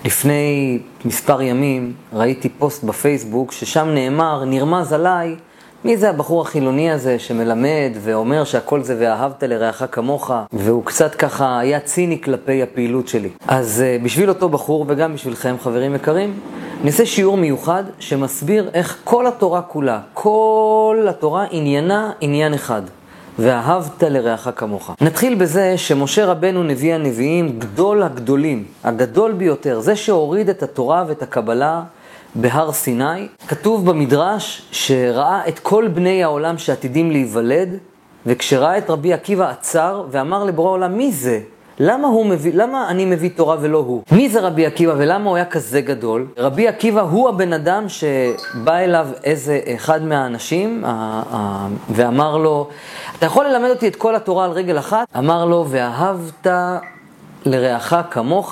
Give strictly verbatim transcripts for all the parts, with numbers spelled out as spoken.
לפני מספר ימים ראיתי פוסט בפייסבוק ששם נאמר, נרמז עליי, מי זה הבחור החילוני הזה שמלמד ואומר שהכל זה ואהבת לרעך כמוך, והוא קצת ככה היה ציני כלפי הפעילות שלי. אז בשביל אותו בחור וגם בשבילכם חברים יקרים, נעשה שיעור מיוחד שמסביר איך כל התורה כולה, כל התורה עניינה עניין אחד. ואהבת לרעך כמוך. נתחיל בזה שמשה רבנו נביא הנביאים, גדול הגדולים, הגדול ביותר, זה שהוריד את התורה ואת הקבלה בהר סיני. כתוב במדרש שראה את כל בני העולם שעתידים להיוולד, וכשראה את רבי עקיבא עצר ואמר לבורא העולם, מי זה? למה, הוא מביא, למה אני מביא תורה ולא הוא? מי זה רבי עקיבא ולמה הוא היה כזה גדול? רבי עקיבא הוא הבן אדם שבא אליו איזה אחד מהאנשים ואמר לו, אתה יכול ללמד אותי את כל התורה על רגל אחת? אמר לו, ואהבת לרעך כמוך.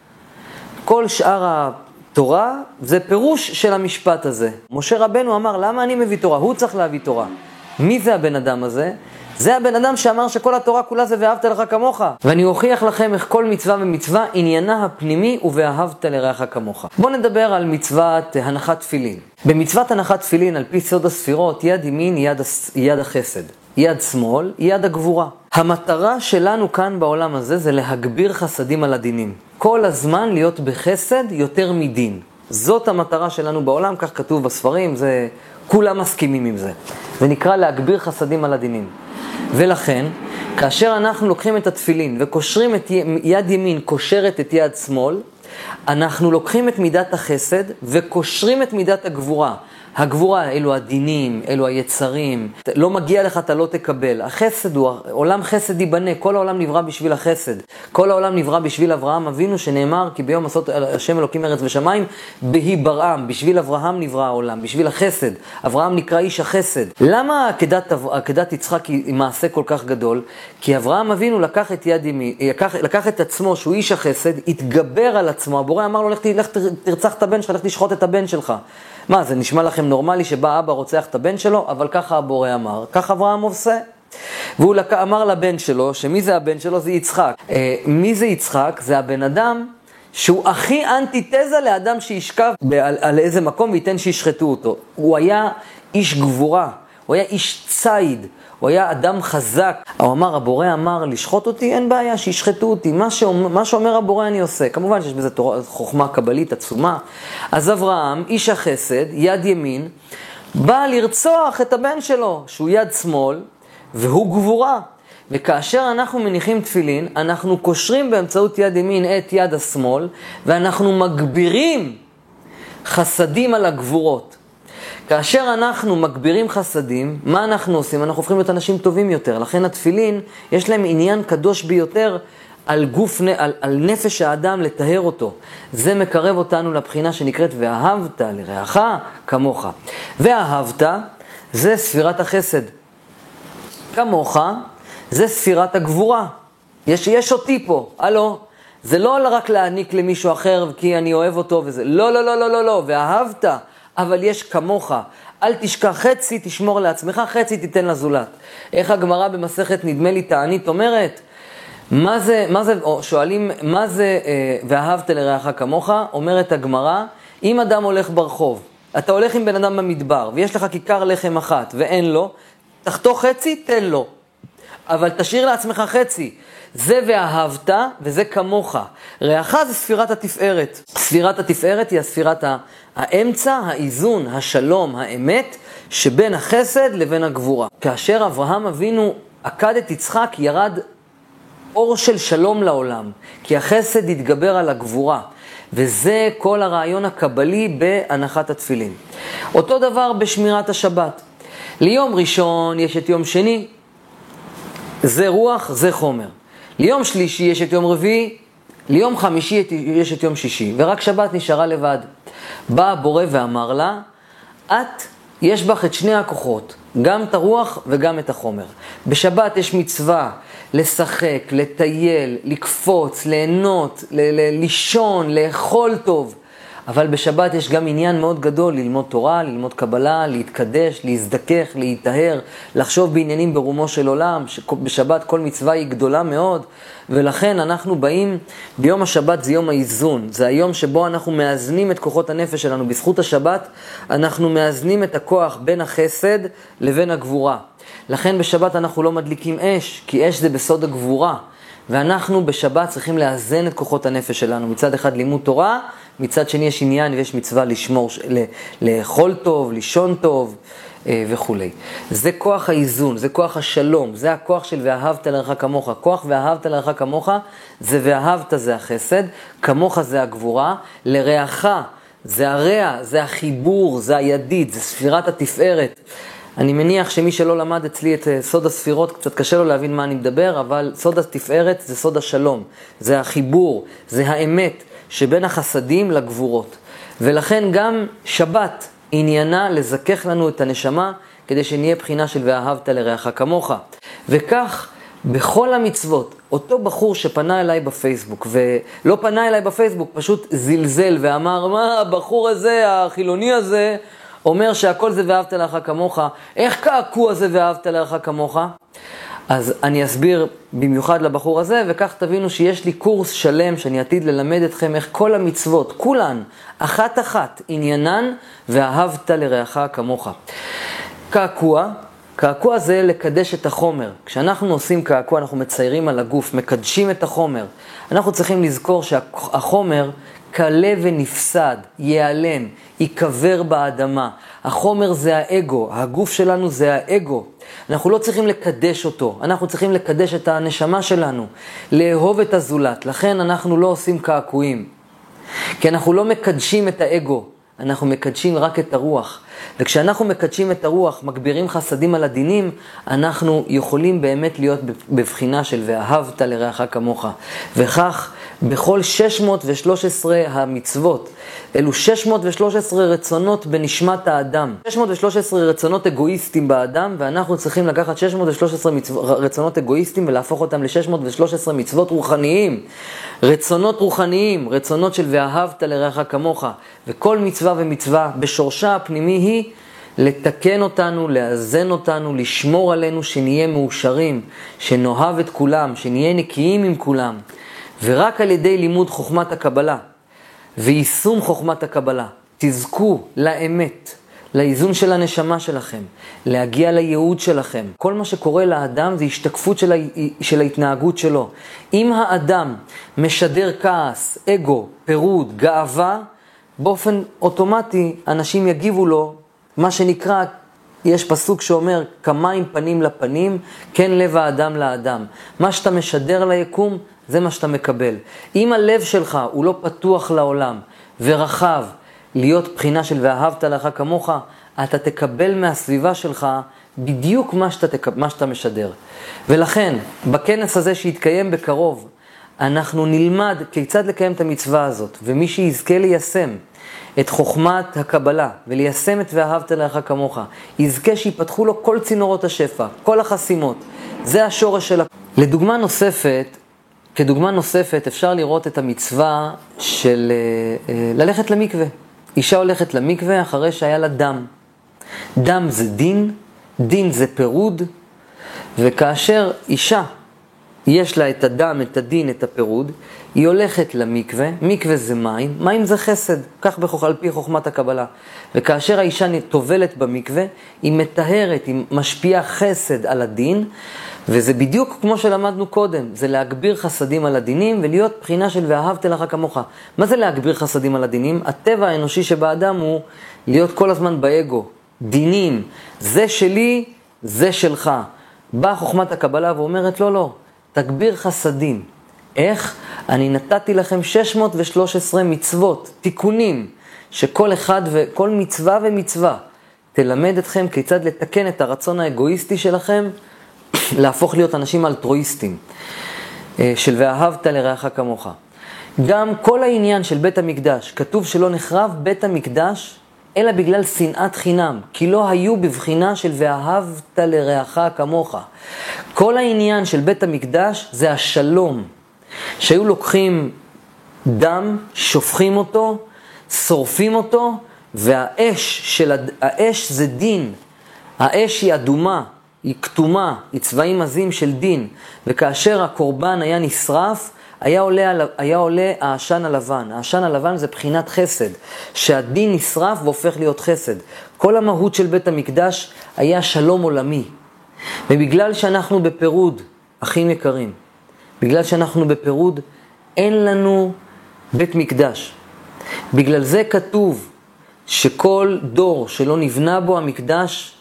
כל שאר התורה זה פירוש של המשפט הזה. משה רבנו אמר, למה אני מביא תורה? הוא צריך להביא תורה. מי זה הבן אדם הזה? זה הבן אדם שאמר שכל התורה כולה זה ואהבת לך כמוך. ואני אוכיח לכם איך כל מצווה ומצווה עניינה הפנימי ובאהבת לרעך כמוך. בואו נדבר על מצוות הנחת תפילין. במצוות הנחת תפילין על פי סוד הספירות, יד ימין יד, יד החסד, יד שמאל יד הגבורה. המטרה שלנו כאן בעולם הזה זה להגביר חסדים על הדינים. כל הזמן להיות בחסד יותר מדין. זאת המטרה שלנו בעולם, כך כתוב בספרים, זה כולם מסכימים עם זה. זה נקרא להגביר חסדים על הדינים. ולכן, כאשר אנחנו לוקחים את התפילין וקושרים את יד ימין, קושרת את יד שמאל, אנחנו לוקחים את מידת החסד וקושרים את מידת הגבורה. הגבורה, אלו הדינים, אלו היצרים. לא מגיע לך, אתה לא תקבל. החסד הוא, עולם חסד ייבנה, כל העולם נברא בשביל החסד. כל העולם נברא בשביל אברהם אבינו, שנאמר, כי ביום עשות השם אלוקים ארץ ושמיים, בהי ברעם, בשביל אברהם נברא העולם, בשביל החסד. אברהם נקרא איש החסד. למה עקדת, עקדת יצחק היא מעשה כל כך גדול? כי אברהם אבינו לקח את יד ימין, לקח, לקח את עצמו, שהוא איש החסד, התגבר על עצמו. הבורא אמר לו, לך, לך תרצח את הבן שלך, לך תשחוט את הבן שלך. מה, זה נשמע לכם נורמלי שבא אבא רוצח את הבן שלו? אבל ככה הבורא אמר, ככה אברהם עושה. והוא אמר לבן שלו, שמי זה הבן שלו? זה יצחק. אה, מי זה יצחק? זה הבן אדם שהוא הכי אנטיתזה לאדם שישכב על, על איזה מקום וייתן שישחטו אותו. הוא היה איש גבורה, הוא היה איש ציד, הוא היה אדם חזק. הוא אמר, הבורא אמר, לשחוט אותי, אין בעיה, שישחטו אותי. מה שאומר, מה שאומר הבורא אני עושה. כמובן שיש בזה תורה, חוכמה קבלית עצומה. אז אברהם, איש החסד, יד ימין, בא לרצוח את הבן שלו, שהוא יד שמאל, והוא גבורה. וכאשר אנחנו מניחים תפילין, אנחנו קושרים באמצעות יד ימין את יד השמאל, ואנחנו מגבירים חסדים על הגבורות. כאשר אנחנו מגבירים חסדים, מה אנחנו עושים? אנחנו הופכים להיות אנשים טובים יותר. לכן התפילין, יש להם עניין קדוש ביותר על גוף, על, על נפש האדם לטהר אותו. זה מקרב אותנו לבחינה שנקראת ואהבת לרעך כמוך. ואהבת זה ספירת החסד. כמוך זה ספירת הגבורה. יש, יש אותי פה, הלו. זה לא רק להעניק למישהו אחר כי אני אוהב אותו וזה. לא, לא, לא, לא, לא, לא. ואהבת. אבל יש כמוך, אל תשכח חצי, תשמור לעצמך, חצי תיתן לזולת. איך הגמרא במסכת נדמה לי תענית אומרת, מה זה, מה זה, או שואלים, מה זה אה, ואהבת לרעך כמוך? אומרת הגמרא, אם אדם הולך ברחוב, אתה הולך עם בן אדם במדבר, ויש לך כיכר לחם אחת ואין לו, תחתוך חצי, תן לו. אבל תשאיר לעצמך חצי. זה ואהבת וזה כמוך. רעך זה ספירת התפארת. ספירת התפארת היא הספירת האמצע, האיזון, השלום, האמת, שבין החסד לבין הגבורה. כאשר אברהם אבינו עקד את יצחק, ירד אור של שלום לעולם, כי החסד התגבר על הגבורה. וזה כל הרעיון הקבלי בהנחת התפילין. אותו דבר בשמירת השבת. ליום ראשון יש את יום שני, זה רוח, זה חומר. ליום שלישי יש את יום רביעי, ליום חמישי יש את יום שישי, ורק שבת נשארה לבד. בא הבורא ואמר לה, את, יש בך את שני הכוחות, גם את הרוח וגם את החומר. בשבת יש מצווה לשחק, לטייל, לקפוץ, ליהנות, ל- ל- לישון, לאכול טוב. אבל בשבת יש גם עניין מאוד גדול ללמוד תורה, ללמוד קבלה, להתקדש, להזדכך, להיטהר, לחשוב בעניינים ברומו של עולם, שבשבת כל מצווה היא גדולה מאוד, ולכן אנחנו באים, ביום השבת זה יום האיזון, זה היום שבו אנחנו מאזנים את כוחות הנפש שלנו, בזכות השבת אנחנו מאזנים את הכוח בין החסד לבין הגבורה. לכן בשבת אנחנו לא מדליקים אש, כי אש זה בסוד הגבורה, ואנחנו בשבת צריכים לאזן את כוחות הנפש שלנו, מצד אחד לימוד תורה, מצד שני יש עניין ויש מצווה לשמור, לאכול טוב, לישון טוב וכו'. זה כוח האיזון, זה כוח השלום, זה הכוח של ואהבת לרעך כמוך. כוח ואהבת לרעך כמוך זה ואהבת זה החסד, כמוך זה הגבורה, לרעך זה הרע, זה החיבור, זה הידיד, זה ספירת התפארת. אני מניח שמי שלא למד אצלי את סוד הספירות, קצת קשה לו להבין מה אני מדבר, אבל סוד התפארת זה סוד השלום, זה החיבור, זה האמת שבין החסדים לגבורות. ולכן גם שבת עניינה לזכך לנו את הנשמה, כדי שנהיה בחינה של ואהבת לרעך כמוך. וכך בכל המצוות, אותו בחור שפנה אליי בפייסבוק, ולא פנה אליי בפייסבוק, פשוט זלזל ואמר, מה הבחור הזה, החילוני הזה, אומר שהכל זה ואהבת לרעך כמוך, איך קעקוע זה ואהבת לרעך כמוך? אז אני אסביר במיוחד לבחור הזה, וכך תבינו שיש לי קורס שלם שאני עתיד ללמד אתכם איך כל המצוות, כולן, אחת אחת, עניינן ואהבת לרעך כמוך. קעקוע, קעקוע זה לקדש את החומר. כשאנחנו עושים קעקוע, אנחנו מציירים על הגוף, מקדשים את החומר. אנחנו צריכים לזכור שהחומר קלה ונפסד, ייעלם, יקבר באדמה. החומר זה האגו, הגוף שלנו זה האגו. אנחנו לא צריכים לקדש אותו, אנחנו צריכים לקדש את הנשמה שלנו, לאהוב את הזולת. לכן אנחנו לא עושים קעקועים, כי אנחנו לא מקדשים את האגו, אנחנו מקדשים רק את הרוח. וכשאנחנו מקדשים את הרוח, מגבירים חסדים על הדינים, אנחנו יכולים באמת להיות בבחינה של ואהבת לרעך כמוך. וכך בכל שש מאות ושלוש עשרה המצוות, אלו שש מאות ושלוש עשרה רצונות בנשמת האדם. שש מאות ושלוש עשרה רצונות אגואיסטים באדם, ואנחנו צריכים לקחת שש מאות ושלוש עשרה מצו... רצונות אגואיסטים ולהפוך אותם ל-שש מאות ושלוש עשרה מצוות רוחניים. רצונות רוחניים, רצונות של ואהבת לרעך כמוך. וכל מצווה ומצווה בשורשה הפנימי היא לתקן אותנו, לאזן אותנו, לשמור עלינו, שנהיה מאושרים, שנאהב את כולם, שנהיה נקיים עם כולם. ורק על ידי לימוד חוכמת הקבלה ויישום חוכמת הקבלה, תזכו לאמת, לאיזון של הנשמה שלכם, להגיע לייעוד שלכם. כל מה שקורה לאדם זה השתקפות של, ה... של ההתנהגות שלו. אם האדם משדר כעס, אגו, פירוד, גאווה, באופן אוטומטי אנשים יגיבו לו, מה שנקרא, יש פסוק שאומר, כמים פנים לפנים, כן לב האדם לאדם. מה שאתה משדר ליקום, זה מה שאתה מקבל. אם הלב שלך הוא לא פתוח לעולם ורחב, להיות בחינה של ואהבת לרעך כמוך, אתה תקבל מהסביבה שלך בדיוק מה שאתה, תק... מה שאתה משדר. ולכן, בכנס הזה שיתקיים בקרוב, אנחנו נלמד כיצד לקיים את המצווה הזאת, ומי שיזכה ליישם את חוכמת הקבלה וליישם את ואהבת לרעך כמוך, יזכה שיפתחו לו כל צינורות השפע, כל החסימות. זה השורש של... לדוגמה נוספת, כדוגמה נוספת אפשר לראות את המצווה של ללכת למקווה. אישה הולכת למקווה אחרי שהיה לה דם. דם זה דין, דין זה פירוד, וכאשר אישה יש לה את הדם, את הדין, את הפירוד, היא הולכת למקווה, מקווה זה מים, מים זה חסד, כך בכוח, על פי חוכמת הקבלה. וכאשר האישה טובלת במקווה, היא מטהרת, היא משפיעה חסד על הדין, וזה בדיוק כמו שלמדנו קודם, זה להגביר חסדים על הדינים ולהיות בחינה של ואהבת לרעך כמוך. מה זה להגביר חסדים על הדינים? הטבע האנושי שבאדם הוא להיות כל הזמן באגו, דינים, זה שלי, זה שלך. באה חוכמת הקבלה ואומרת לא, לא, תגביר חסדים. איך? אני נתתי לכם שש מאות ושלוש עשרה מצוות, תיקונים, שכל אחד וכל מצווה ומצווה תלמד אתכם כיצד לתקן את הרצון האגואיסטי שלכם, להפוך להיות אנשים אלטרואיסטים, של ואהבת לרעך כמוך. גם כל העניין של בית המקדש, כתוב שלא נחרב בית המקדש, אלא בגלל שנאת חינם, כי לא היו בבחינה של ואהבת לרעך כמוך. כל העניין של בית המקדש זה השלום, שהיו לוקחים דם, שופכים אותו, שורפים אותו, והאש של, האש זה דין. האש היא אדומה, היא כתומה, היא צבעים עזים של דין. וכאשר הקורבן היה נשרף, היה עולה, היה עולה העשן הלבן. העשן הלבן זה בחינת חסד, שהדין נשרף והופך להיות חסד. כל המהות של בית המקדש היה שלום עולמי. ובגלל שאנחנו בפירוד, אחים יקרים, בגלל שאנחנו בפירוד, אין לנו בית מקדש. בגלל זה כתוב שכל דור שלא נבנה בו המקדש,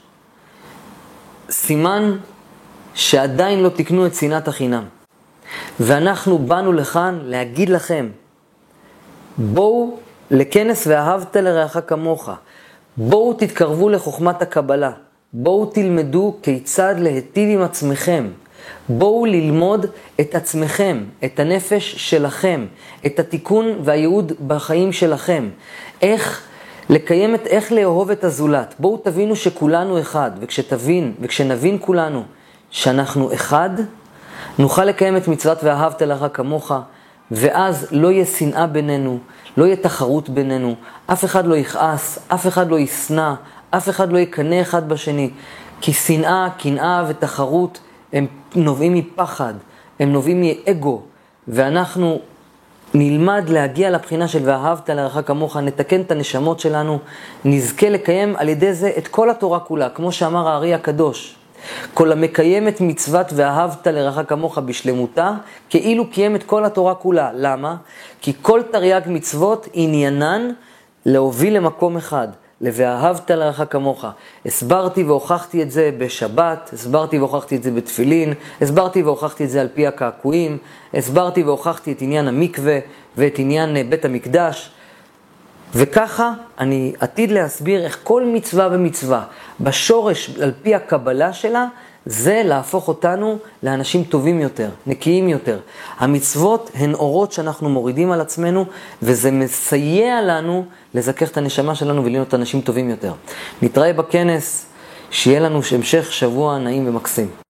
סימן שעדיין לא תקנו את שנאת החינם. ואנחנו באנו לכאן להגיד לכם, בואו לכנס ואהבת לרעך כמוך. בואו תתקרבו לחוכמת הקבלה. בואו תלמדו כיצד להטיב עם עצמכם. בואו ללמוד את עצמכם, את הנפש שלכם, את התיקון והייעוד בחיים שלכם. איך לקיים את, איך לאהוב את הזולת. בואו תבינו שכולנו אחד, וכשתבין, וכשנבין כולנו שאנחנו אחד, נוכל לקיים את מצוות ואהבת לרעך כמוך, ואז לא יהיה שנאה בינינו, לא יהיה תחרות בינינו, אף אחד לא יכעס, אף אחד לא ישנא, אף אחד לא יקנה אחד בשני, כי שנאה, קנאה ותחרות הם נובעים מפחד, הם נובעים מאגו, ואנחנו נלמד להגיע לבחינה של ואהבת לרעך כמוך, נתקן את הנשמות שלנו, נזכה לקיים על ידי זה את כל התורה כולה, כמו שאמר הארי הקדוש. כל המקיים את מצוות ואהבת לרעך כמוך בשלמותה, כאילו קיים את כל התורה כולה. למה? כי כל תרי"ג מצוות עניינן להוביל למקום אחד, ל"ואהבת לרעך כמוך". הסברתי והוכחתי את זה בשבת, הסברתי והוכחתי את זה בתפילין, הסברתי והוכחתי את זה על פי הקעקועים, הסברתי והוכחתי את עניין המקווה ואת עניין בית המקדש. וככה אני עתיד להסביר איך כל מצווה ומצווה בשורש על פי הקבלה שלה, זה להפוך אותנו לאנשים טובים יותר, נקיים יותר. המצוות הן אורות שאנחנו מורידים על עצמנו, וזה מסייע לנו לזכך את הנשמה שלנו ולהיות אנשים טובים יותר. נתראה בכנס, שיהיה לנו המשך שבוע נעים ומקסים.